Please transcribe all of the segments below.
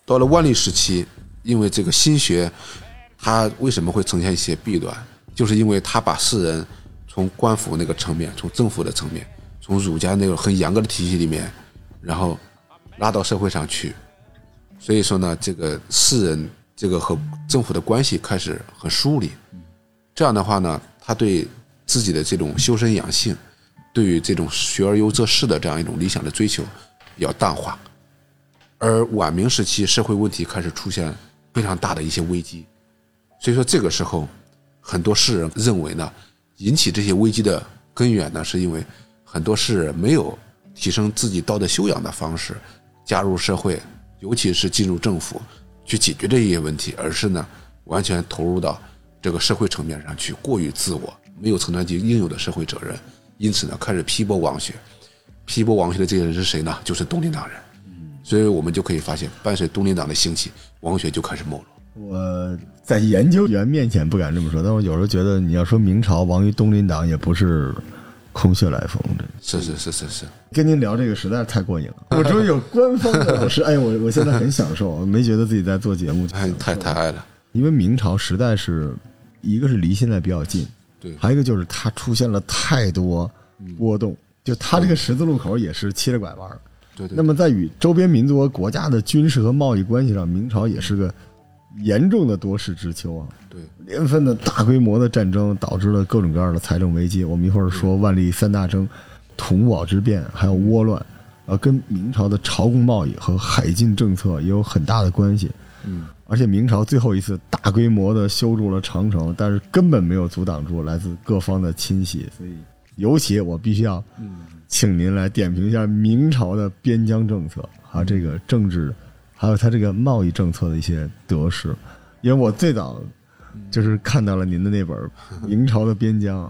到了万历时期，因为这个新学它为什么会呈现一些弊端，就是因为它把士人从官府那个层面，从政府的层面，从儒家那个很严格的体系里面，然后拉到社会上去。所以说呢，这个士人这个和政府的关系开始很疏离。这样的话呢，他对自己的这种修身养性，对于这种学而优则仕的这样一种理想的追求要淡化。而晚明时期社会问题开始出现非常大的一些危机，所以说这个时候很多士人认为呢，引起这些危机的根源呢，是因为很多士人没有提升自己道德修养的方式加入社会，尤其是进入政府去解决这些问题，而是呢完全投入到这个社会层面上去，过于自我，没有承担起应有的社会责任，因此呢开始批驳王学。批驳王学的这些人是谁呢？就是东林党人。所以我们就可以发现，伴随东林党的兴起，王学就开始没落。 我在研究员面前不敢这么说，但我有时候觉得，你要说明朝亡于东林党，也不是空穴来风。 是。 跟您聊这个实在是太过瘾了。我终于有官方的老师，哎，我现在很享受，没觉得自己在做节目， 太爱了。 因为明朝实在是一个是离现在比较近， 对， 还有一个就是它出现了太多波动，就它这个十字路口也是七了拐弯。 对。 那么在与周边民族和国家的军事和贸易关系上，明朝也是个严重的多事之秋啊。 对， 连番的大规模的战争导致了各种各样的财政危机。我们一会儿说万历三大征、童宝之变，还有倭乱，跟明朝的朝贡贸易和海禁政策也有很大的关系。而且明朝最后一次大规模的修筑了长城，但是根本没有阻挡住来自各方的侵袭。所以尤其我必须要请您来点评一下明朝的边疆政策，还有这个政治，还有它这个贸易政策的一些得失。因为我最早就是看到了您的那本《明朝的边疆》。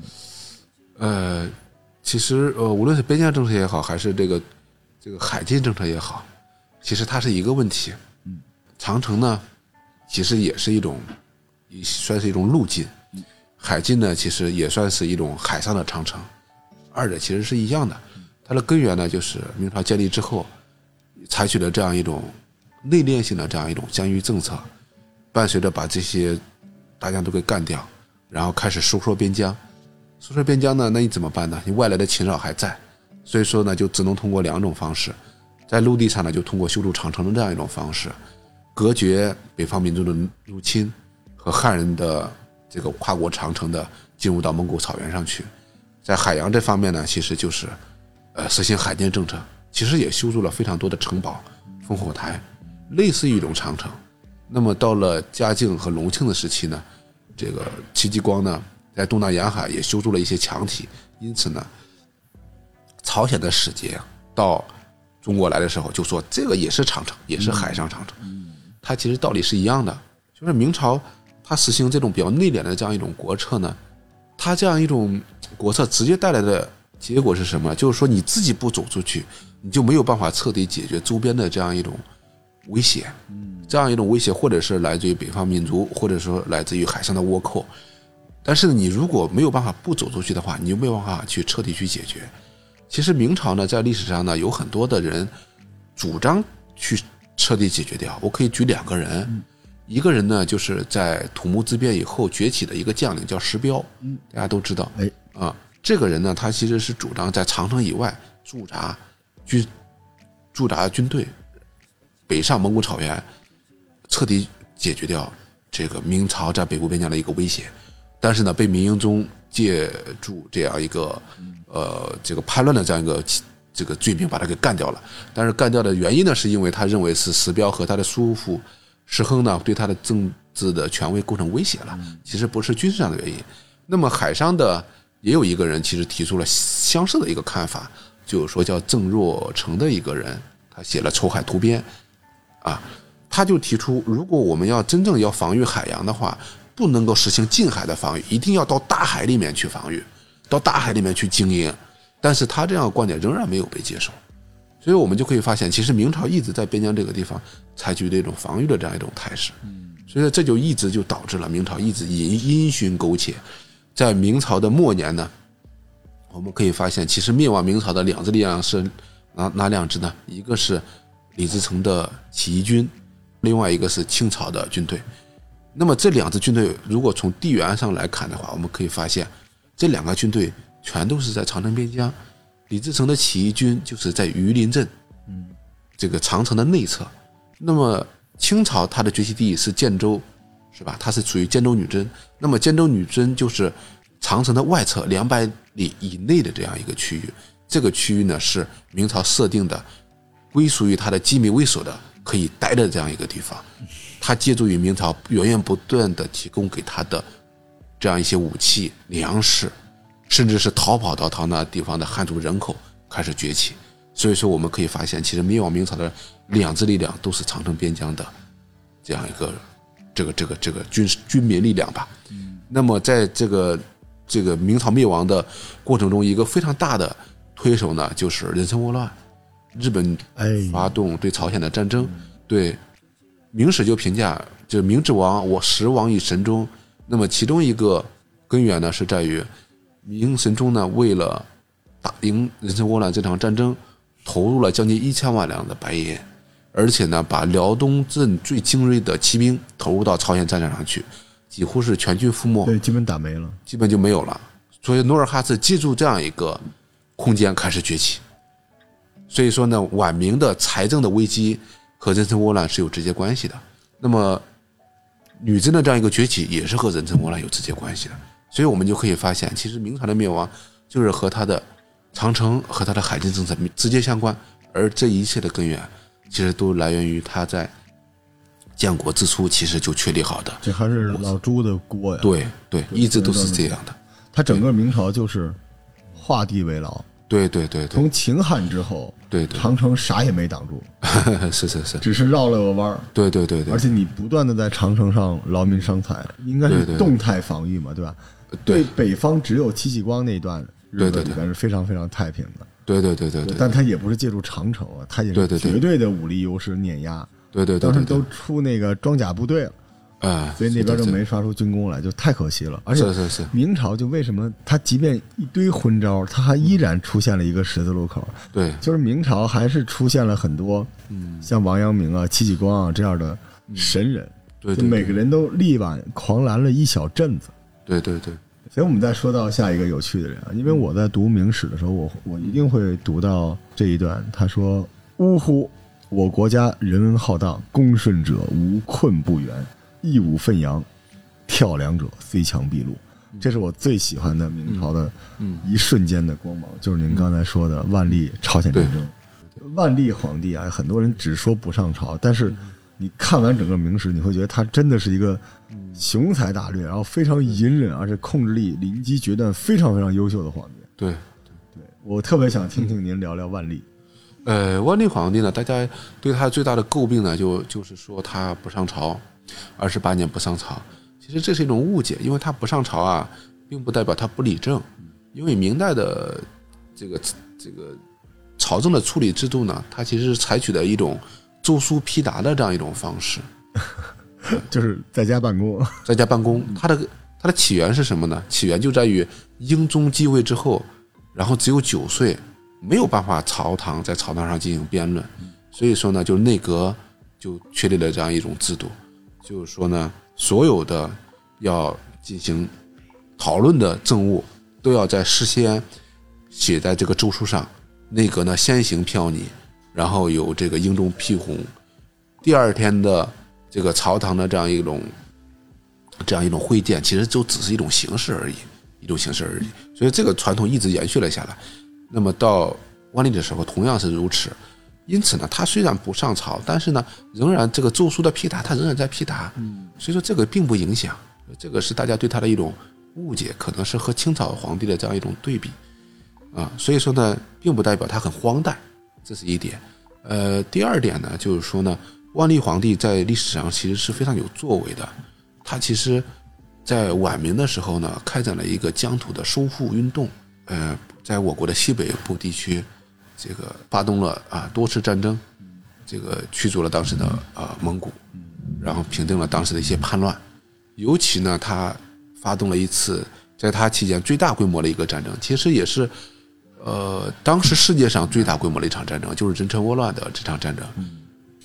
其实无论是边疆政策也好，还是这个海禁政策也好，其实它是一个问题。长城呢，其实也是一种，算是一种陆禁；海禁呢，其实也算是一种海上的长城，二者其实是一样的。它的根源呢，就是明朝建立之后，采取了这样一种内敛性的这样一种疆域政策，伴随着把这些大家都给干掉，然后开始收缩边疆。收缩边疆呢，那你怎么办呢？你外来的侵扰还在，所以说呢，就只能通过两种方式，在陆地上呢，就通过修筑长城的这样一种方式，隔绝北方民族的入侵和汉人的这个跨过长城的进入到蒙古草原上去。在海洋这方面呢，其实就是实行海禁政策，其实也修筑了非常多的城堡、烽火台，类似于一种长城。那么到了嘉靖和隆庆的时期呢，这个戚继光呢，在东南沿海也修筑了一些墙体，因此呢，朝鲜的使节到中国来的时候就说这个也是长城，也是海上长城。它其实道理是一样的，就是明朝它实行这种比较内敛的这样一种国策呢，它这样一种国策直接带来的结果是什么？就是说你自己不走出去，你就没有办法彻底解决周边的这样一种威胁。这样一种威胁或者是来自于北方民族，或者说来自于海上的倭寇。但是你如果没有办法不走出去的话，你就没有办法去彻底去解决。其实明朝呢，在历史上呢，有很多的人主张去彻底解决掉。我可以举两个人，一个人呢，就是在土木之变以后崛起的一个将领，叫石彪，大家都知道。这个人呢，他其实是主张在长城以外驻扎军队，北上蒙古草原，彻底解决掉这个明朝在北部边疆的一个威胁。但是呢，被明英宗借助这样一个这个叛乱的这样一个这个罪名把他给干掉了。但是干掉的原因呢，是因为他认为是石彪和他的叔父石亨呢对他的政治的权威构成威胁了，其实不是军事上的原因。那么海上的也有一个人其实提出了相似的一个看法，就是说叫郑若成的一个人，他写了《筹海图编》他就提出，如果我们要真正要防御海洋的话，不能够实行近海的防御，一定要到大海里面去防御，到大海里面去经营。但是他这样的观点仍然没有被接受，所以我们就可以发现，其实明朝一直在边疆这个地方采取这种防御的这样一种态势。所以这就一直就导致了明朝一直因循苟且。在明朝的末年呢，我们可以发现，其实灭亡明朝的两支力量是哪两支呢？一个是李自成的起义军， 另外一个是清朝的军队。那么这两支军队如果从地缘上来看的话，我们可以发现这两个军队全都是在长城边疆。李自成的起义军就是在榆林镇，这个长城的内侧。那么清朝它的崛起地是建州，是吧？它是属于建州女真。那么建州女真就是长城的外侧200里以内的这样一个区域。这个区域呢是明朝设定的，归属于它的机密卫所的，可以待的这样一个地方。它借助于明朝源源不断的提供给它的这样一些武器、粮食，甚至是逃跑到他那地方的汉族人口开始崛起。所以说我们可以发现，其实灭亡明朝的两支力量都是长城边疆的这样一个这个军民力量吧。那么在这个明朝灭亡的过程中，一个非常大的推手呢，就是壬辰倭乱。日本发动对朝鲜的战争，对明史就评价，就明治亡，我时亡于神中。那么其中一个根源呢，是在于明神宗呢，为了打赢壬辰倭乱这场战争，投入了将近1000万两的白银，而且呢，把辽东镇最精锐的骑兵投入到朝鲜战场上去，几乎是全军覆没， 对，基本打没了， 基本就没有了。所以努尔哈赤借助这样一个空间开始崛起。所以说呢，晚明的财政的危机和壬辰倭乱是有直接关系的。那么女真的这样一个崛起也是和壬辰倭乱有直接关系的。所以我们就可以发现，其实明朝的灭亡就是和它的长城和它的海禁政策直接相关，而这一切的根源其实都来源于它在建国之初其实就确立好的。 这还是老朱的锅呀！ 对对，一直都是这样的。 他整个明朝就是画地为牢。 对对对对， 从秦汉之后， 对对， 长城啥也没挡住， 是是是， 只是绕了个弯儿。 对对对对， 而且你不断的在长城上劳民伤财，应该是动态防御嘛，对吧？对，北方只有戚继光那一段日子里边是非常非常太平的。 对对对对对， 但他也不是借助长城啊，他也是绝对的武力优势碾压。 对对对， 当时都出那个装甲部队了。所以那边就没刷出军功来，就太可惜了。而且明朝就为什么他即便一堆昏招，他还依然出现了一个十字路口。 对， 就是明朝还是出现了很多像王阳明啊、戚继光啊这样的神人， 对， 就每个人都力挽狂澜了一小阵子。 对对对。 所以我们再说到下一个有趣的人啊，因为我在读明史的时候，我一定会读到这一段，他说：“呜呼，我国家人文浩荡，恭顺者无困不源。义武奋扬，跳梁者虽强必戮。”这是我最喜欢的明朝的一瞬间的光芒，就是您刚才说的万历朝鲜战争。万历皇帝啊，很多人只说不上朝，但是你看完整个明史，你会觉得他真的是一个雄才大略，然后非常隐忍，而且控制力临机决断非常非常优秀的皇帝。 对， 我特别想听听您聊聊万历。 万历皇帝呢，大家对他最大的诟病呢，就是说他不上朝。28年不上朝，其实这是一种误解，因为他不上朝啊，并不代表他不理政。因为明代的这个朝政的处理制度呢，它其实是采取的一种奏疏批答的这样一种方式， 就是在家办公。在家办公，它的起源是什么呢？起源就在于英宗继位之后，然后只有9岁，没有办法在朝堂上进行辩论，所以说呢，就内阁就确立了这样一种制度。就是说呢，所有的要进行讨论的政务都要在事先写在这个奏书上，内阁呢先行票拟，然后有这个英宗批红，第二天的这个朝堂的这样一种会见，其实就只是一种形式而已，所以这个传统一直延续了下来。那么到万历的时候同样是如此。因此呢，他虽然不上朝，但是呢，仍然这个奏书的批答，他仍然在批答。所以说这个并不影响，这个是大家对他的一种误解，可能是和清朝皇帝的这样一种对比啊。所以说呢，并不代表他很荒诞，这是一点。第二点呢，就是说呢，万历皇帝在历史上其实是非常有作为的。他其实，在晚明的时候呢，开展了一个疆土的收复运动。在我国的西北部地区。这个发动了多次战争，这个驱逐了当时的蒙古，然后平定了当时的一些叛乱。尤其呢，他发动了一次在他期间最大规模的一个战争，其实也是当时世界上最大规模的一场战争，就是壬辰倭乱的这场战争。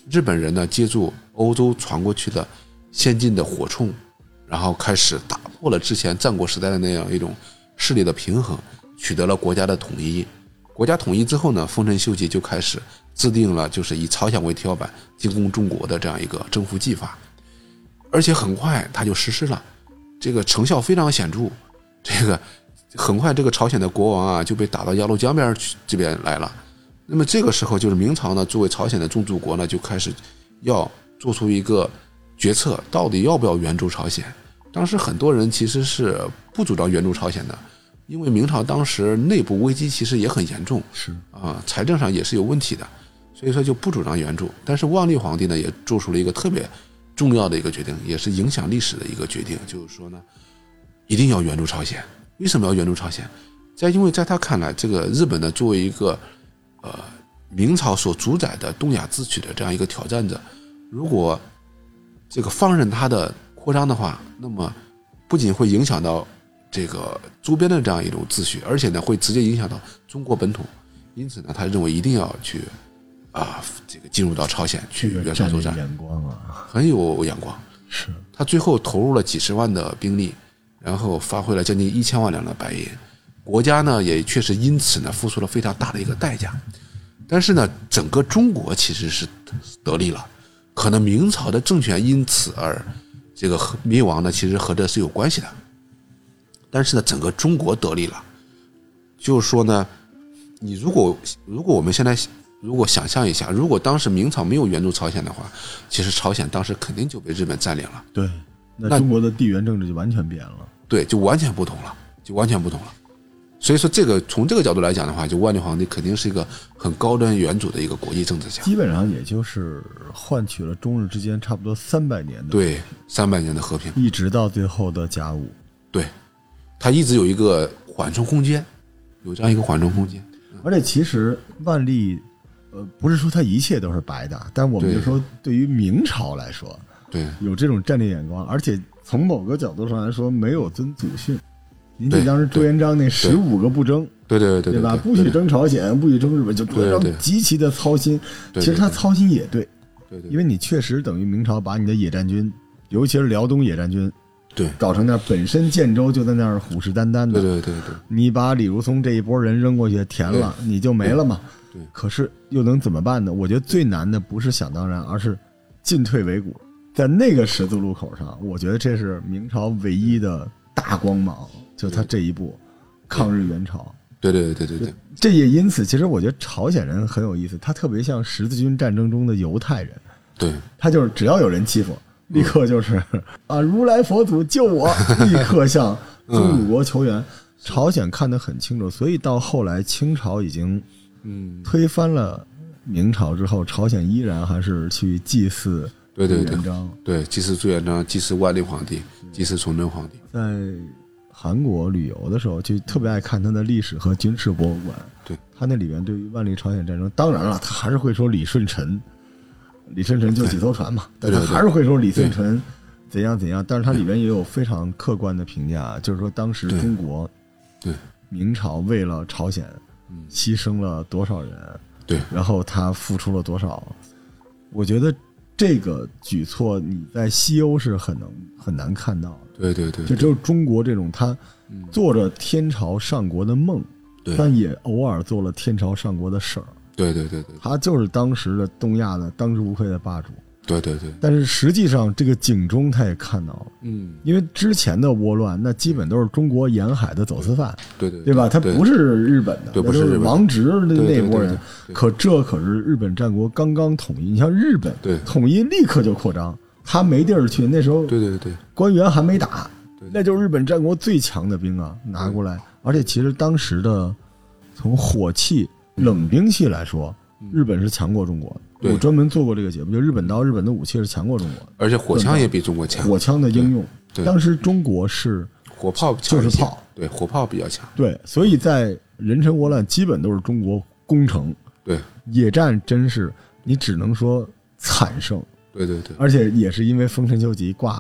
日本人呢借助欧洲传过去的先进的火铳，然后开始打破了之前战国时代的那样一种势力的平衡，取得了国家的统一。国家统一之后呢，丰臣秀吉就开始制定了就是以朝鲜为天花板进攻中国的这样一个征服计划，而且很快他就实施了，这个成效非常显著。这个很快这个朝鲜的国王啊就被打到鸭绿江边去这边来了。那么这个时候就是明朝呢作为朝鲜的宗主国呢，就开始要做出一个决策，到底要不要援助朝鲜。当时很多人其实是不主张援助朝鲜的，因为明朝当时内部危机其实也很严重， 是啊，财政上也是有问题的，所以说就不主张援助。但是万历皇帝呢也做出了一个特别重要的一个决定，也是影响历史的一个决定，就是说呢一定要援助朝鲜。为什么要援助朝鲜？因为在他看来，这个日本呢作为一个明朝所主宰的东亚自取的这样一个挑战者，如果这个放任它的扩张的话，那么不仅会影响到这个周边的这样一种秩序，而且呢会直接影响到中国本土。因此呢，他认为一定要去这个进入到朝鲜去援朝作战， 眼光啊， 很有眼光。 是他最后投入了几十万的兵力，然后发挥了将近1000万两的白银，国家呢也确实因此呢付出了非常大的一个代价。但是呢，整个中国其实是得利了，可能明朝的政权因此而这个灭亡呢，其实和这是有关系的。但是呢，整个中国得利了，就是说呢，你如果我们现在如果想象一下，如果当时明朝没有援助朝鲜的话，其实朝鲜当时肯定就被日本占领了。 对，那中国的地缘政治就完全变了。 对，就完全不同了，就完全不同了。所以说，从这个角度来讲的话，就万历皇帝肯定是一个很高端元祖的一个国际政治家， 基本上也就是换取了中日之间差不多300年的， 对，300年的和平， 一直到最后的甲午。 对，他一直有一个缓冲空间，有这样一个缓冲空间。 而且其实万历，不是说他一切都是白的，但我们就说对于明朝来说， 对， 有这种战略眼光，而且从某个角度上来说，没有遵祖训。您记当时朱元璋那15个不争，对吧？不许争朝鲜，不许争日本，就朱元璋极其的操心。其实他操心也对，因为你确实等于明朝把你的野战军，尤其是辽东野战军， 对， 搞成那儿，本身建州就在那儿虎视眈眈的， 对， 你把李如松这一波人扔过去填了，你就没了嘛。 对， 可是又能怎么办呢？我觉得最难的不是想当然，而是进退维谷。在那个十字路口上，我觉得这是明朝唯一的大光芒。就他这一步，抗日援朝， 对， 这也因此，其实我觉得朝鲜人很有意思，他特别像十字军战争中的犹太人， 对， 他就是只要有人欺负，立刻就是如来佛祖救我，立刻向宗主国求援。朝鲜看得很清楚，所以到后来清朝已经推翻了明朝之后，朝鲜依然还是去祭祀朱元璋， 对，祭祀朱元璋，祭祀万历皇帝，祭祀崇祯皇帝。 在韩国旅游的时候，就特别爱看他的历史和军事博物馆。 对， 他那里面对于万历朝鲜战争，当然了，他还是会说李舜臣就几艘船嘛，但他还是会说李舜臣怎样怎样。但是他里面也有非常客观的评价，就是说当时中国对明朝为了朝鲜牺牲了多少人， 对， 然后他付出了多少。我觉得这个举措你在西欧是很难看到的。 对， 就只有中国这种他做着天朝上国的梦，但也偶尔做了天朝上国的事儿。 对， 他就是当时的东亚的当之无愧的霸主。 对。 但是实际上这个警钟他也看到了，因为之前的倭乱那基本都是中国沿海的走私犯，对吧？他不是日本的， 不是日本王直的那波人。可这可是日本战国刚刚统一，你像日本统一立刻就扩张。他没地儿去，那时候对， 官员还没打，那就是日本战国最强的兵啊，拿过来。而且其实当时的从火器、冷兵器来说，日本是强过中国的。我专门做过这个节目，就日本刀、日本的武器是强过中国的， 而且火枪也比中国强。 火枪的应用，当时中国是火炮就是炮， 对，火炮比较强。 对，所以在壬辰倭乱基本都是中国攻城。 对， 野战真是你只能说惨胜。 对， 而且也是因为丰臣秀吉挂了，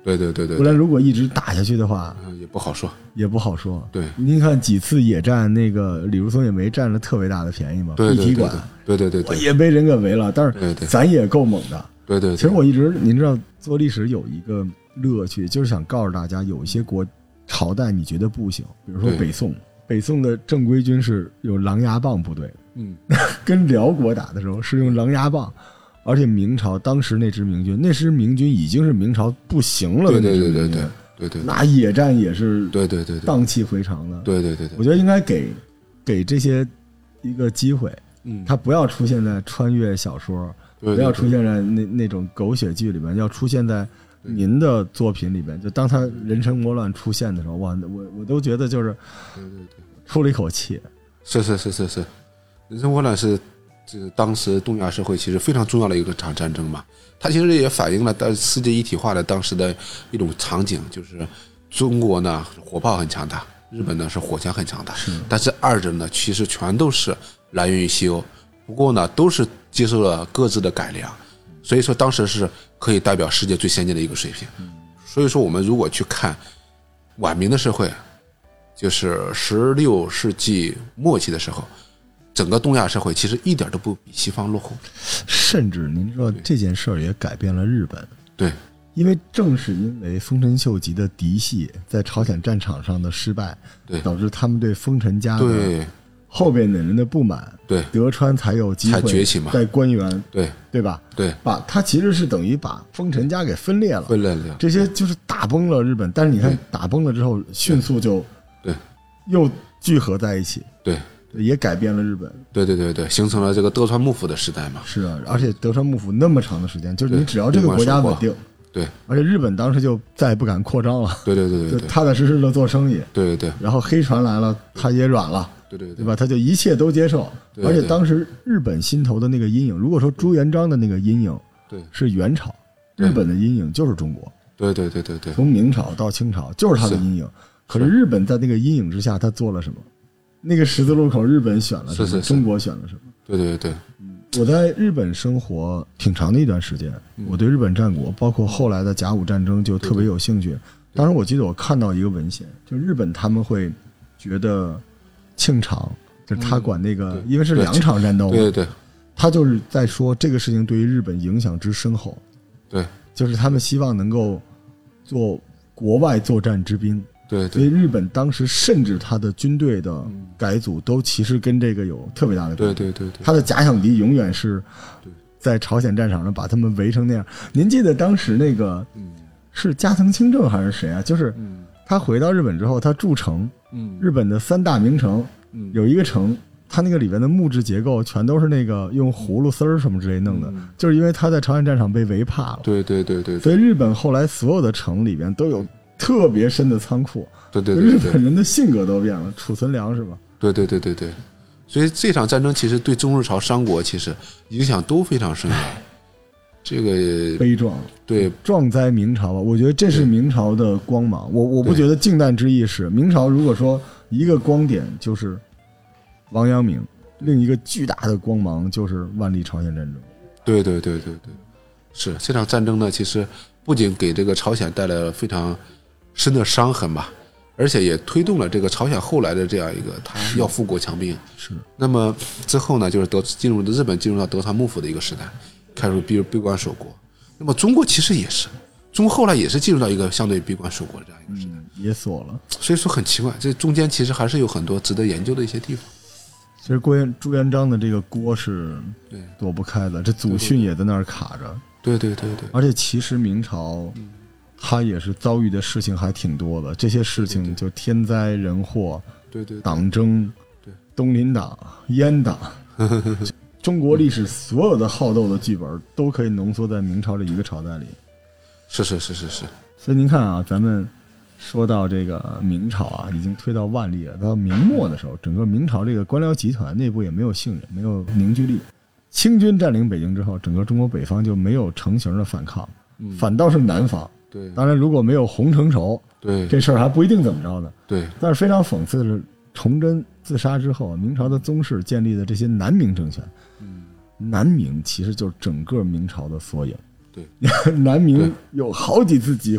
对对对对， 不然如果一直打下去的话， 也不好说， 也不好说。 对， 您看几次野战，那个李如松也没占了特别大的便宜嘛， 对对一体馆， 对对对对， 也被人给围了，但是咱也够猛的。 对对， 其实我一直，您知道做历史有一个乐趣，就是想告诉大家，有一些朝代你觉得不行，比如说北宋的正规军是有狼牙棒部队，跟辽国打的时候是用狼牙棒，而且明朝当时那支明军已经是明朝不行了的那支明军， 对， 那野战也是对荡气回肠的， 对， 我觉得应该给这些一个机会，他不要出现在穿越小说。不要出现在那种狗血剧里面，要出现在您的作品里面。就当他人生魔乱出现的时候，哇，我都觉得就是出了一口气。 是，人生魔乱是当时东亚社会其实非常重要的一场战争嘛。它其实也反映了世界一体化的当时的一种场景，就是中国呢火炮很强大，日本呢是火枪很强大，但是二者呢其实全都是来源于西欧。不过呢，都是接受了各自的改良，所以说当时是可以代表世界最先进的一个水平。所以说，我们如果去看晚明的社会，就是16世纪末期的时候，整个东亚社会其实一点都不比西方落后。 甚至您知道这件事儿也改变了日本。 对， 因为正是因为丰臣秀吉的嫡系在朝鲜战场上的失败，导致他们对丰臣家的后边的人的不满，德川才有机会才崛起嘛， 在官员，对吧？ 对， 他其实是等于把丰臣家给分裂了，这些就是打崩了日本。但是你看，打崩了之后，迅速就又聚合在一起，也改变了日本， 对，形成了这个德川幕府的时代嘛。 是啊，而且德川幕府那么长的时间，就是你只要这个国家稳定。 对， 而且日本当时就再也不敢扩张了， 对， 就踏踏实实的做生意， 对， 然后黑船来了，他也软了，对吧？他就一切都接受，而且当时日本心头的那个阴影，如果说朱元璋的那个阴影，是元朝，日本的阴影就是中国， 对， 从明朝到清朝就是他的阴影。可是日本在那个阴影之下，他做了什么？那个十字路口，日本选了什么？中国选了什么？ 对。 我在日本生活挺长的一段时间，我对日本战国，包括后来的甲午战争就特别有兴趣。当时我记得我看到一个文献，就日本他们会觉得庆长，就是他管那个，因为是2场战斗， 对， 他就是在说这个事情对于日本影响之深厚， 对， 就是他们希望能够做国外作战之兵。 对， 所以日本当时甚至他的军队的改组都其实跟这个有特别大的关系。 对， 他的假想敌永远是在朝鲜战场上把他们围成那样。您记得当时那个是加藤清正还是谁啊？就是他回到日本之后，他筑城，日本的3大名城，有一个城，他那个里边的木质结构全都是那个用葫芦丝儿什么之类弄的，就是因为他在朝鲜战场被围怕了。 对， 所以日本后来所有的城里边都有特别深的仓库， 对， 日本人的性格都变了，储存粮食吧。 对，所以这场战争其实对中日朝三国其实影响都非常深远。这个悲壮， 对， 壮哉明朝吧。我觉得这是明朝的光芒。我不觉得靖难之役是明朝。如果说一个光点就是王阳明，另一个巨大的光芒就是万历朝鲜战争。 对，是这场战争呢，其实不仅给这个朝鲜带来了非常深的伤痕吧，而且也推动了这个朝鲜后来的这样一个他要富国强兵。 是。 那么之后呢，就是日本进入到德川幕府的一个时代，开始闭关锁国。那么中国其实也是，中国后来也是进入到一个相对闭关锁国的这样一个时代， 也锁了。 所以说很奇怪，这中间其实还是有很多值得研究的一些地方。 其实朱元璋的这个锅是躲不开的，这祖训也在那儿卡着。 对。 而且其实明朝，他也是遭遇的事情还挺多的，这些事情就天灾人祸， 对， 党争，东林党、阉党，中国历史所有的好斗的剧本都可以浓缩在明朝这一个朝代里。 是。 所以您看啊，咱们说到这个明朝啊，已经推到万历了。到明末的时候，整个明朝这个官僚集团内部也没有信任，没有凝聚力。清军占领北京之后，整个中国北方就没有成型的反抗，反倒是南方。 对， 当然如果没有洪承畴，这事儿还不一定怎么着呢。 对， 但是非常讽刺的是，崇祯自杀之后，明朝的宗室建立的这些南明政权，南明其实就是整个明朝的缩影。 对， 南明有好几次机会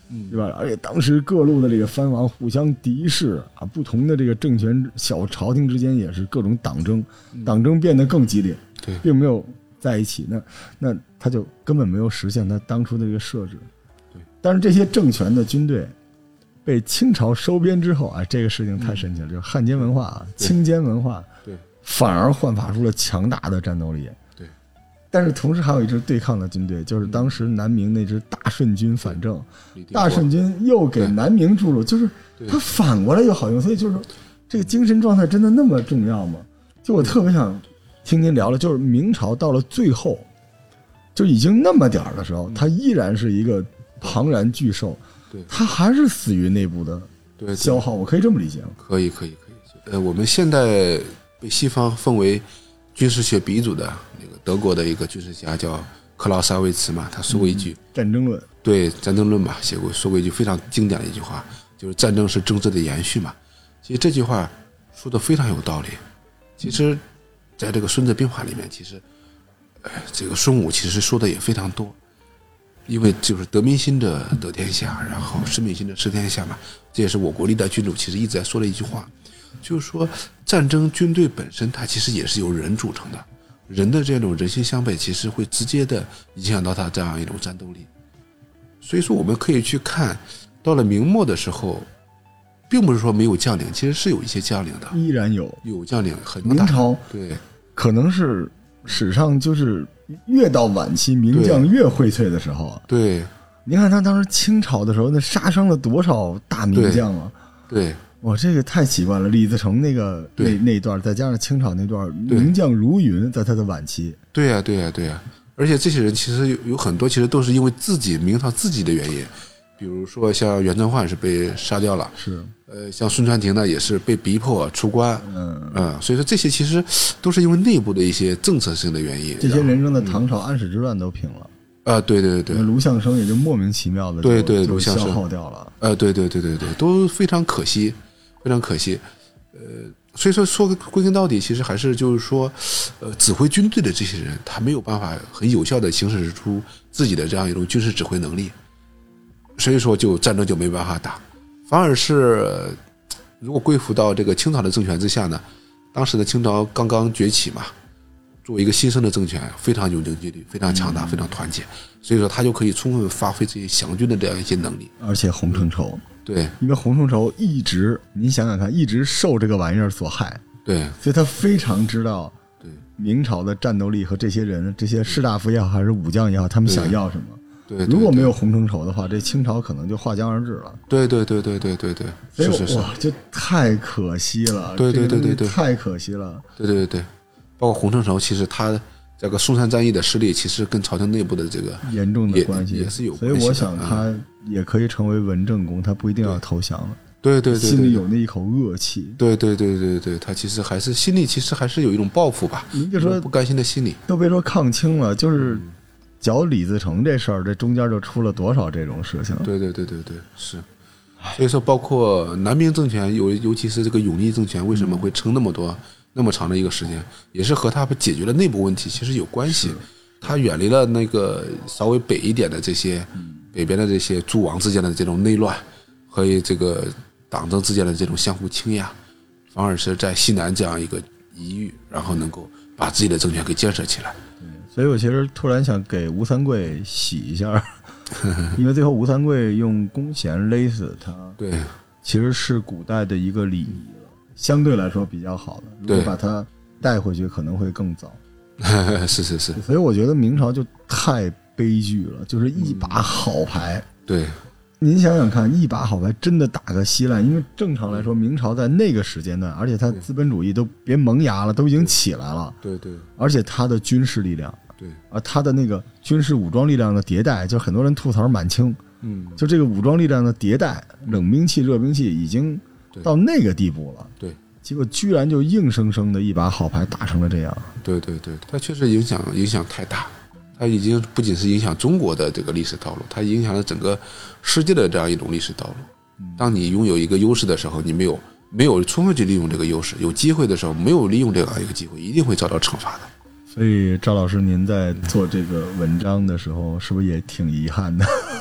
对吧？而且当时各路的这个藩王互相敌视啊，不同的这个政权小朝廷之间也是各种党争，党争变得更激烈， 对， 并没有在一起。那他就根本没有实现他当初的这个设置。 对， 但是这些政权的军队被清朝收编之后啊，这个事情太神奇了，就是汉奸文化、清奸文化， 对， 反而焕发出了强大的战斗力。 对， 但是同时还有一支对抗的军队，就是当时南明那支大顺军反正，大顺军又给南明注入，就是他反过来又好用，所以就是这个精神状态真的那么重要吗？就我特别想听您聊聊，就是明朝到了最后就已经那么点儿的时候，它依然是一个庞然巨兽，它还是死于内部的消耗，我可以这么理解吗？ 可以。我们现代被西方奉为军事学鼻祖的那个德国的一个军事家叫克劳萨维茨嘛，他说过一句战争论， 对战争论嘛，说过一句非常经典的一句话，就是战争是政治的延续嘛。其实这句话说的非常有道理。其实在这个《孙子兵法》里面，其实这个孙武其实说的也非常多，因为就是得民心者得天下，然后失民心者失天下嘛。这也是我国历代君主其实一直在说的一句话，就是说战争军队本身它其实也是由人组成的，人的这种人心相悖其实会直接的影响到他这样一种战斗力。所以说我们可以去看到了明末的时候，并不是说没有将领，其实是有一些将领的， 依然有将领很大。 明朝对， 可能是史上就是越到晚期名将越荟萃的时候啊。 对， 你看他当时清朝的时候，那杀伤了多少大名将啊！ 对， 哇，这个太奇怪了。李自成那一段，再加上清朝那段，名将如云，在他的晚期。 对呀。而且这些人其实有很多，其实都是因为明朝自己的原因，比如说像袁崇焕是被杀掉了， 是像孙传庭呢也是被逼迫出关，所以说这些其实都是因为内部的一些政策性的原因。 这些人生的唐朝安史之乱都平了。 对， 卢象升也就莫名其妙的卢象升消耗掉了。 对，都非常可惜，非常可惜。所以说归根到底，其实还是就是说，指挥军队的这些人，他没有办法很有效的行使出自己的这样一种军事指挥能力，所以说战争就没办法打，反而是如果归附到这个清朝的政权之下呢，当时的清朝刚刚崛起嘛。作为一个新生的政权，非常有凝聚力，非常强大，非常团结，所以说他就可以充分发挥这些降军的这样一些能力。 而且洪承畴， 对， 因为洪承畴您想想看，一直受这个玩意儿所害， 对， 所以他非常知道对明朝的战斗力和这些人，这些士大夫也好，还是武将也好，他们想要什么。 对， 如果没有洪承畴的话，这清朝可能就划江而治了。 对， 是，哇，就太可惜了。 对， 太可惜了。 对。包括洪承畴，其实他这个松山战役的失利，其实跟朝廷内部的这个严重的关系也是有关系的。 所以我想他也可以成为文正公，他不一定要投降了。 对， 心里有那一口恶气。 对，他其实还是心里其实还是有一种报复吧， 你就说不甘心的心理。 都别说抗清了，就是剿李自成这事儿，这中间就出了多少这种事情。 对，是。所以说，包括南明政权，尤其是这个永历政权，为什么会撑那么长的一个时间，也是和他解决了内部问题其实有关系。他远离了那个稍微北一点的这些北边的这些诸王之间的这种内乱和这个党争之间的这种相互倾轧，反而是在西南这样一个一隅，然后能够把自己的政权给建设起来。 所以我其实突然想给吴三桂洗一下，因为最后吴三桂用弓弦勒死他， 对， 其实是古代的一个礼仪了，相对来说比较好的。如果把它带回去，可能会更早。 是。 所以我觉得明朝就太悲剧了，就是一把好牌。 对， 您想想看，一把好牌真的打个稀烂，因为正常来说，明朝在那个时间段，而且它资本主义都别萌芽了，都已经起来了。 对， 而且它的军事力量。 对， 而他的那个军事武装力量的迭代，就很多人吐槽满清，就这个武装力量的迭代，冷兵器、热兵器已经到那个地步了。 对， 结果居然就硬生生的一把好牌打成了这样。 对，它确实影响太大，它已经不仅是影响中国的这个历史道路，它影响了整个世界的这样一种历史道路。当你拥有一个优势的时候，你没有充分去利用这个优势，有机会的时候没有利用这样一个机会，一定会遭到惩罚的。 所以赵老师，您在做这个文章的时候，是不是也挺遗憾的？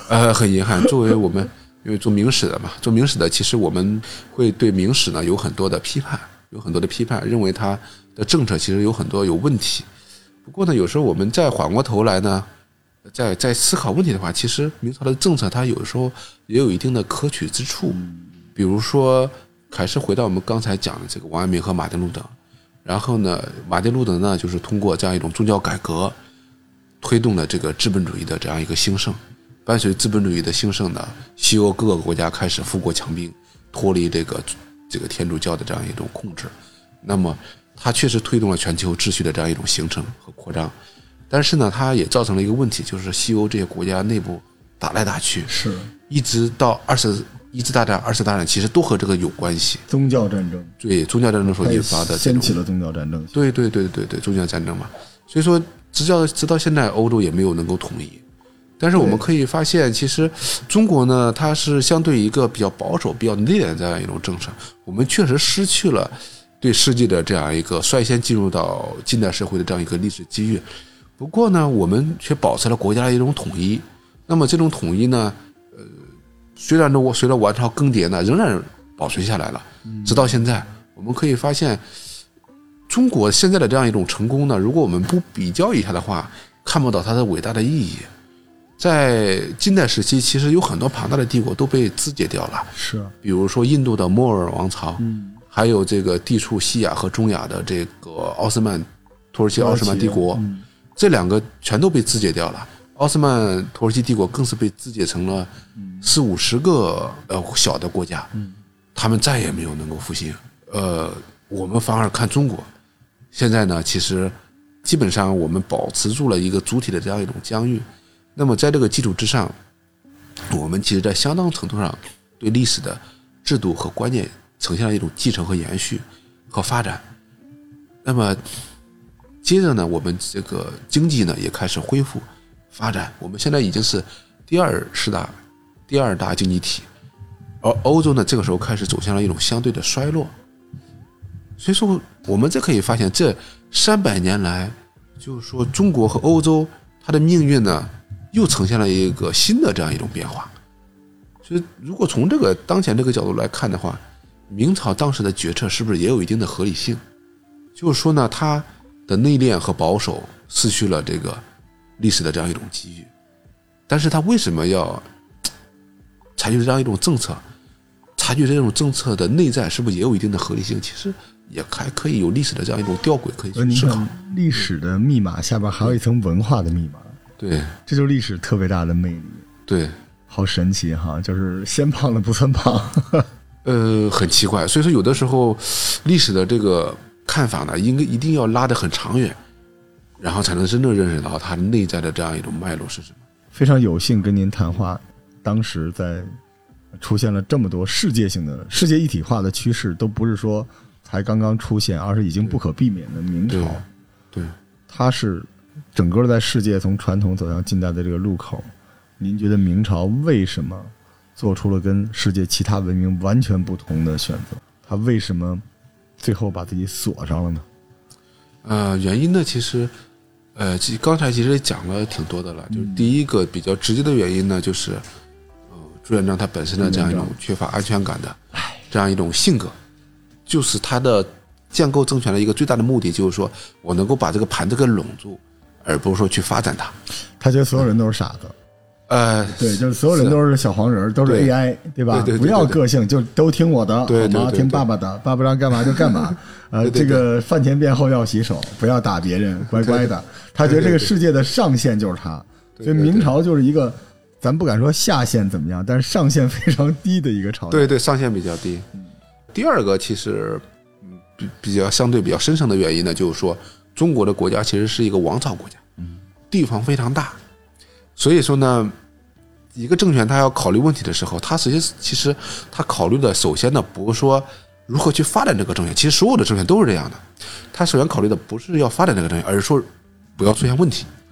很遗憾，作为我们因为做明史的嘛，做明史的其实我们会对明史呢有很多的批判，认为它的政策其实有很多有问题。不过呢，有时候我们再缓过头来呢，在思考问题的话，其实明朝的政策它有时候也有一定的可取之处。比如说，还是回到我们刚才讲的这个王阳明和马丁路德。然后呢，马丁路德呢，就是通过这样一种宗教改革，推动了这个资本主义的这样一个兴盛。伴随资本主义的兴盛呢，西欧各个国家开始富国强兵，脱离这个天主教的这样一种控制。那么，它确实推动了全球秩序的这样一种形成和扩张。但是呢，它也造成了一个问题，就是西欧这些国家内部打来打去， 是一直到一次大战、二次大战，其实都和这个有关系。 宗教战争， 对，宗教战争所引发的， 掀起了宗教战争。 对，宗教战争嘛。所以说，直到现在，欧洲也没有能够统一。但是我们可以发现，其实中国呢，它是相对一个比较保守、比较内敛的这样一种政策，我们确实失去了对世界的这样一个率先进入到近代社会的这样一个历史机遇。不过呢，我们却保持了国家的一种统一。那么这种统一呢，虽然随着王朝更迭呢，仍然保存下来了。直到现在，我们可以发现，中国现在的这样一种成功呢，如果我们不比较一下的话，看不到它的伟大的意义。在近代时期，其实有很多庞大的帝国都被肢解掉了， 是， 比如说印度的莫尔王朝，还有这个地处西亚和中亚的这个土耳其奥斯曼帝国，这两个全都被肢解掉了。奥斯曼土耳其帝国更是被肢解成了40-50个小的国家，他们再也没有能够复兴。我们反而看中国，现在呢，其实基本上我们保持住了一个主体的这样一种疆域。那么在这个基础之上，我们其实在相当程度上对历史的制度和观念呈现了一种继承和延续和发展。那么接着呢，我们这个经济呢也开始恢复发展，我们现在已经是第二大经济体，而欧洲呢这个时候开始走向了一种相对的衰落。所以说我们这可以发现，这300年来，就是说中国和欧洲它的命运呢又呈现了一个新的这样一种变化。所以如果从这个当前这个角度来看的话，明朝当时的决策是不是也有一定的合理性？就是说呢，它的内敛和保守失去了这个历史的这样一种机遇，但是它为什么要采取这样一种政策？采取这种政策的内在是不是也有一定的合理性？其实也还可以有历史的这样一种吊诡可以去思考。 历史的密码下边还有一层文化的密码， 对， 这就是历史特别大的魅力。 对， 好神奇哈，就是先胖的不算胖。 很奇怪，所以说有的时候历史的这个看法呢，一定要拉得很长远，然后才能真正认识到它内在的这样一种脉络是什么。 非常有幸跟您谈话，当时在出现了这么多世界性的世界一体化的趋势，都不是说才刚刚出现，而是已经不可避免的明朝。 对， 它是整个在世界从传统走向近代的这个路口。您觉得明朝为什么做出了跟世界其他文明完全不同的选择？它为什么最后把自己锁上了呢？ 原因呢，其实刚才其实也讲了挺多的了。就是第一个比较直接的原因呢，就是朱元璋他本身的这样一种缺乏安全感的这样一种性格，就是他的建构政权的一个最大的目的，就是说我能够把这个盘子给拢住，而不是说去发展它。 他觉得所有人都是傻子。对，就是所有人都是小黄人，都是 AI， 对吧？ 对， 不要个性，就都听我的， 对， 好吗？听爸爸的，爸爸让干嘛就干嘛。这个饭前便后要洗手，不要打别人，乖乖的。他觉得这个世界的上限就是他，所以明朝就是一个，咱不敢说下限怎么样，但是上限非常低的一个朝代。 对，上限比较低。第二个其实相对比较深层的原因呢，就是说中国的国家其实是一个王朝国家，地方非常大。所以说呢，一个政权他要考虑问题的时候，他其实他考虑的首先呢，不是说如何去发展这个政权，其实所有的政权都是这样的。他首先考虑的不是要发展这个政权，而是说不要出现问题。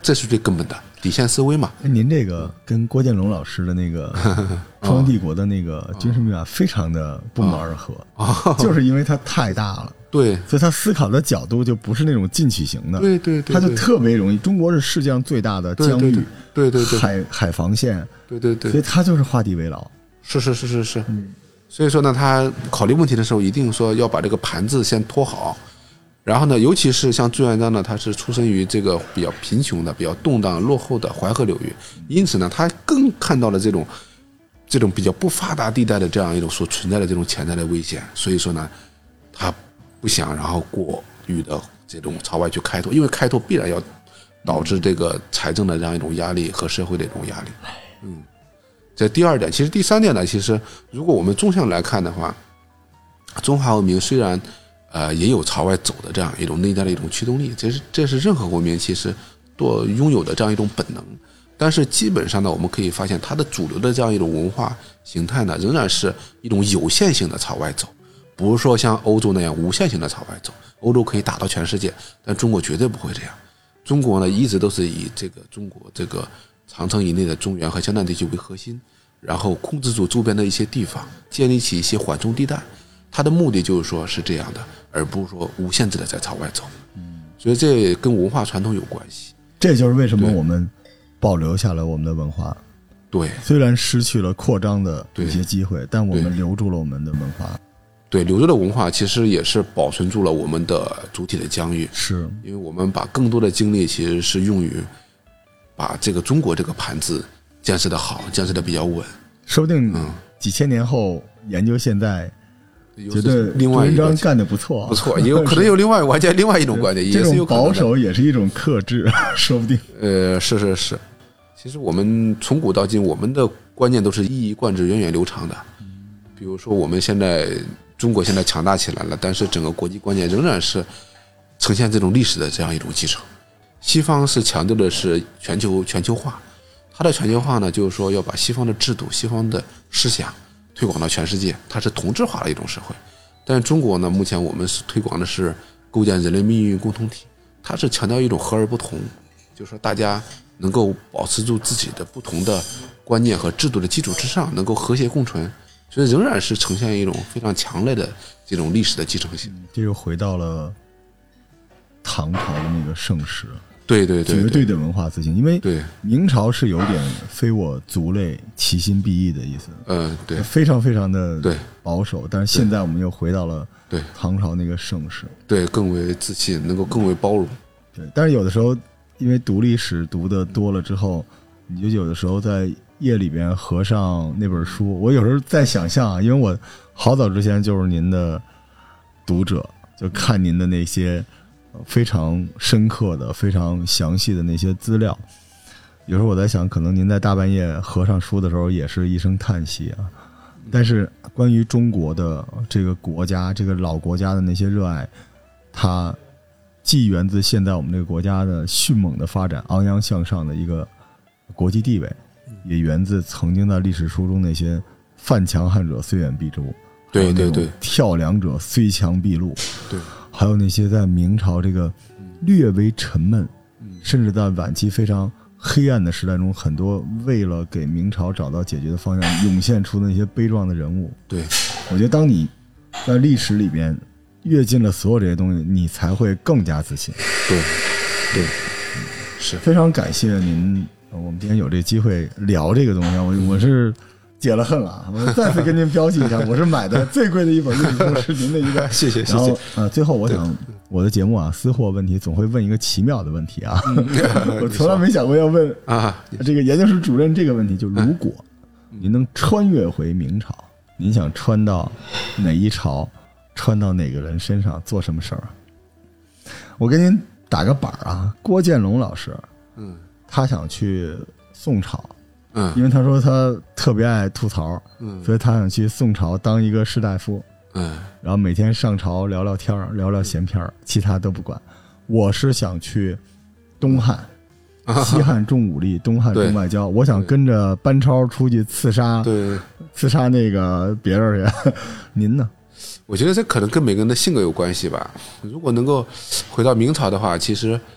这是最根本的底线思维嘛。 您这个跟郭建龙老师的那个中央帝国的那个军事密码非常的不谋而合，就是因为它太大了。 对， 所以他思考的角度就不是那种进取型的， 对对对， 他就特别容易。中国是世界上最大的疆域， 对， 海防线， 对， 所以他就是画地为牢。 是，所以说呢，他考虑问题的时候，一定说要把这个盘子先托好。然后呢，尤其是像朱元璋呢，他是出生于这个比较贫穷的、比较动荡落后的淮河流域，因此呢，他更看到了这种比较不发达地带的这样一种所存在的这种潜在的危险。所以说呢，他不想然后过于的这种朝外去开拓，因为开拓必然要导致这个财政的这样一种压力和社会的一种压力。这第二点。其实第三点呢，其实如果我们纵向来看的话，中华文明虽然也有朝外走的这样一种内在的一种驱动力，这是任何文明其实都拥有的这样一种本能。但是基本上呢，我们可以发现它的主流的这样一种文化形态呢，仍然是一种有限性的朝外走，不是说像欧洲那样无限性的朝外走。欧洲可以打到全世界，但中国绝对不会这样。中国呢，一直都是以这个中国这个长城以内的中原和江南地区为核心，然后控制住周边的一些地方，建立起一些缓冲地带。它的目的就是说是这样的，而不是说无限制的在朝外走。所以这跟文化传统有关系。 这就是为什么我们保留下了我们的文化。 对， 虽然失去了扩张的一些机会，但我们留住了我们的文化。 对，留着的文化其实也是保存住了我们的主体的疆域。 是， 因为我们把更多的精力其实是用于把这个中国这个盘子建设的好，建设的比较稳。 说不定几千年后研究现在，觉得另外一个干得不错， 不错，也有可能有完全另外一种观点，也是有可能的。 这种保守也是一种克制，说不定。 是。其实我们从古到今，我们的观念都是一以贯之、源远流长的。比如说，我们现在中国现在强大起来了，但是整个国际观念仍然是呈现这种历史的这样一种继承。西方是强调的是全球化，它的全球化呢，就是说要把西方的制度、西方的思想推广到全世界，它是同质化的一种社会。但是中国呢，目前我们是推广的是构建人类命运共同体，它是强调一种和而不同，就是说大家能够保持住自己的不同的观念和制度的基础之上，能够和谐共存，所以仍然是呈现一种非常强烈的这种历史的继承性。 这又回到了唐朝的那个盛世。 对， 绝对的文化自信，因为对明朝是有点非我族类，其心必异的意思。 对， 非常非常的保守。但是现在我们又回到了唐朝那个盛世， 对，更为自信，能够更为包容。 对，但是有的时候因为读历史读的多了之后，你就有的时候在夜里边合上那本书，我有时候在想象啊，因为我好早之前就是您的读者，就看您的那些非常深刻的、非常详细的那些资料。有时候我在想，可能您在大半夜合上书的时候，也是一声叹息啊。但是关于中国的这个国家、这个老国家的那些热爱，它既源自现在我们这个国家的迅猛的发展、昂扬向上的一个国际地位，也源自曾经在历史书中那些犯强悍者虽远必诛， 对， 跳梁者虽强必戮， 对。 还有那些在明朝这个略微沉闷，甚至在晚期非常黑暗的时代中，很多为了给明朝找到解决的方向涌现出的那些悲壮的人物。 对， 我觉得当你在历史里边阅尽了所有这些东西，你才会更加自信。对， 是非常感谢您，我们今天有这机会聊这个东西，我是解了恨了，我再次跟您标记一下，我是买的最贵的一本历史书是您的一个， 谢谢。 然后最后我想我的节目啊，私货问题总会问一个奇妙的问题啊，我从来没想过要问这个研究室主任这个问题，就如果您能穿越回明朝，您想穿到哪一朝，穿到哪个人身上，做什么事儿？我给您打个板啊，郭建龙老师，他想去宋朝。因为他说他特别爱吐槽，所以他想去宋朝当一个士大夫，然后每天上朝聊聊天，聊聊闲篇，其他都不管。我是想去东汉，西汉重武力，东汉重外交，我想跟着班超出去刺杀那个别人去。您呢？ 我觉得这可能跟每个人的性格有关系吧。如果能够回到明朝的话，其实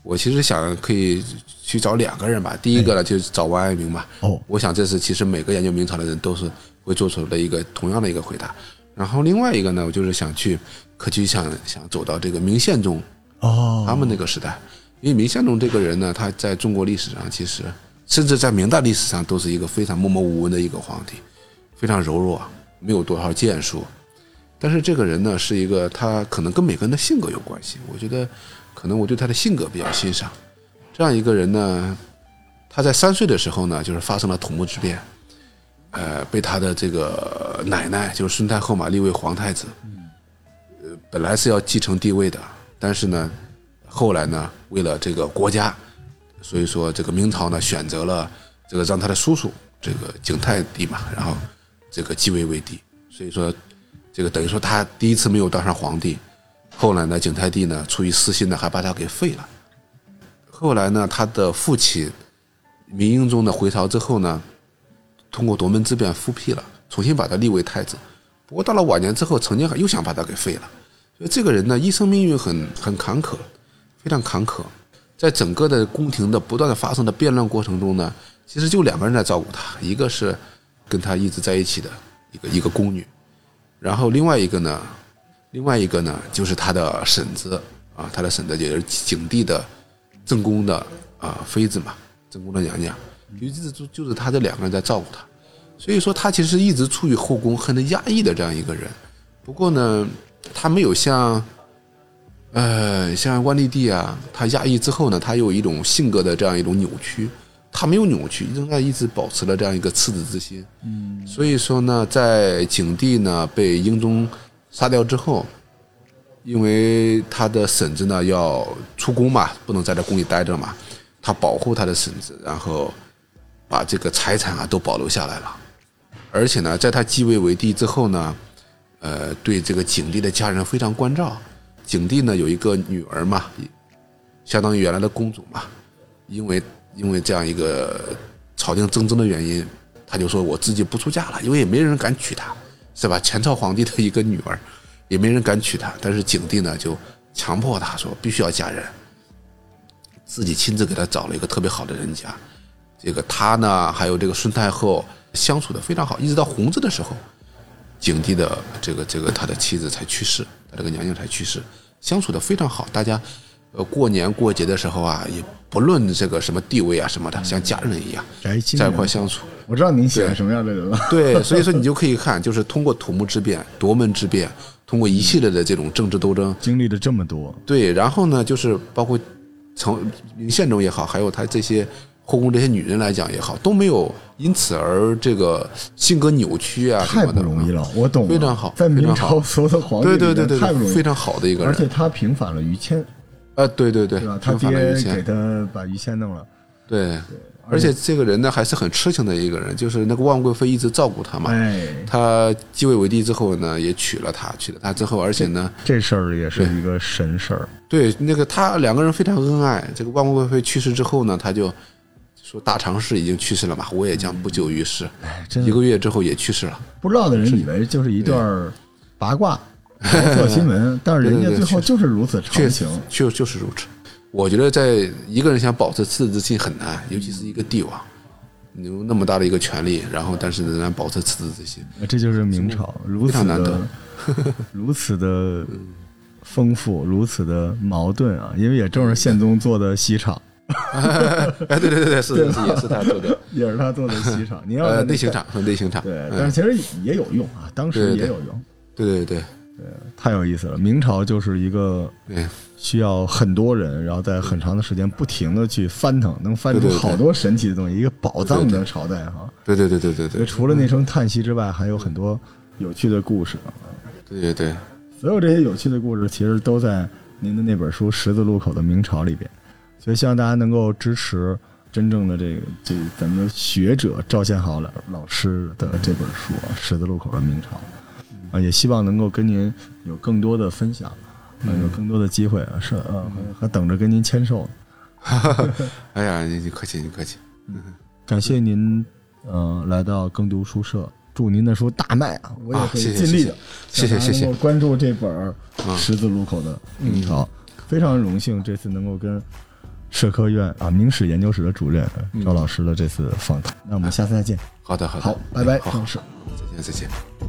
我其实想可以去找2个人吧。第一个呢，就是找王阳明嘛。我想这是其实每个研究明朝的人都是会做出的一个同样的一个回答。然后另外一个呢，我就是想走到这个明宪宗他们那个时代，因为明宪宗这个人呢，他在中国历史上其实甚至在明代历史上都是一个非常默默无闻的一个皇帝，非常柔弱，没有多少建树。但是这个人呢，是一个他可能跟每个人的性格有关系。我觉得可能我对他的性格比较欣赏。这样一个人呢，他在3岁的时候呢，就是发生了土木之变，被他的这个奶奶就是孙太后嘛立为皇太子。本来是要继承帝位的，但是呢，后来呢，为了这个国家，所以说这个明朝呢选择了这个让他的叔叔这个景泰帝嘛，然后这个继位为帝。所以说这个等于说他第一次没有当上皇帝。后来呢，景泰帝呢出于私心呢，还把他给废了。后来呢，他的父亲明英宗呢回朝之后呢，通过夺门之变复辟了，重新把他立为太子。不过到了晚年之后，曾经又想把他给废了。所以这个人呢，一生命运很坎坷，非常坎坷。在整个的宫廷的不断的发生的变乱过程中呢，其实就2个人在照顾他，一个是跟他一直在一起的一个宫女，然后另外一个呢就是他的婶子啊，他的婶子也是景帝的正宫的妃子嘛，正宫的娘娘，就是他这2个人在照顾他。所以说他其实一直处于后宫很压抑的这样一个人。不过呢，他没有像万历帝啊，他压抑之后呢，他有一种性格的这样一种扭曲，他没有扭曲，仍然一直保持了这样一个赤子之心。所以说呢，在景帝呢被英宗杀掉之后，因为他的婶子呢要出宫嘛，不能在这宫里待着嘛，他保护他的婶子，然后把这个财产都保留下来了。而且呢，在他继位为帝之后呢，对这个景帝的家人非常关照。景帝呢有一个女儿嘛，相当于原来的公主嘛，因为这样一个朝廷争的原因，他就说我自己不出嫁了，因为也没人敢娶她，是吧？前朝皇帝的一个女儿，也没人敢娶她。但是景帝呢就强迫她说必须要嫁人，自己亲自给她找了一个特别好的人家。这个他呢还有这个孙太后相处的非常好，一直到弘治的时候，景帝的这个他的妻子才去世，他这个娘娘才去世，相处的非常好。大家过年过节的时候啊，也不论这个什么地位啊什么的，像家人一样在一块相处。 我知道您喜欢什么样的人了。 对，所以说你就可以看，就是通过土木之变、夺门之变，通过一系列的这种政治斗争， 经历了这么多。 对，然后呢，就是包括从明宪宗也好，还有他这些后宫这些女人来讲也好，都没有因此而这个性格扭曲啊什么的。 太不容易了，我懂了， 非常好。 在明朝所有的皇帝里面， 对， 太不容易， 非常好的一个人。 而且他平反了于谦。 对， 对吧？他爹给他把于谦弄了。对， 而且这个人呢还是很痴情的一个人，就是那个万贵妃一直照顾他嘛。他继位为帝之后呢，也娶了她之后，而且呢， 这事儿也是一个神事儿。 对，那个他2个人非常恩爱。这个万贵妃去世之后呢，他就说大常侍已经去世了嘛，我也将不久于世。1个月之后也去世了。 不知道的人以为就是一段八卦、桃色新闻，但是人家最后就是如此长情， 就是如此。我觉得在一个人想保持赤子之心很难，尤其是一个帝王，你有那么大的一个权力，然后但是仍然保持赤子之心， 这就是明朝如此难得，如此的丰富，如此的矛盾啊！因为也正是宪宗做的西厂。 对，是也是他做的， 也是他做的西厂。你要内刑厂， 对，但是其实也有用啊，当时也有用。 对， 太有意思了。明朝就是一个需要很多人，然后在很长的时间不停的去翻腾，能翻出好多神奇的东西，一个宝藏的朝代哈。 对， 除了那声叹息之外，还有很多有趣的故事。 对， 所有这些有趣的故事其实都在您的那本书《十字路口的明朝》里边。所以希望大家能够支持真正的这咱们的学者赵宪豪老师的这本书《十字路口的明朝》也希望能够跟您有更多的分享，有更多的机会还等着跟您签售。 哎呀，你客气。 感谢您来到耕读书社，祝您的书大卖啊！我也会尽力的。 谢谢。 关注这本《十字路口的明朝》，非常荣幸这次能够跟社科院明史研究室的主任赵老师的这次访谈。那我们下次再见。 好的，好的， 好，拜拜， 好， 赵老师。 再见。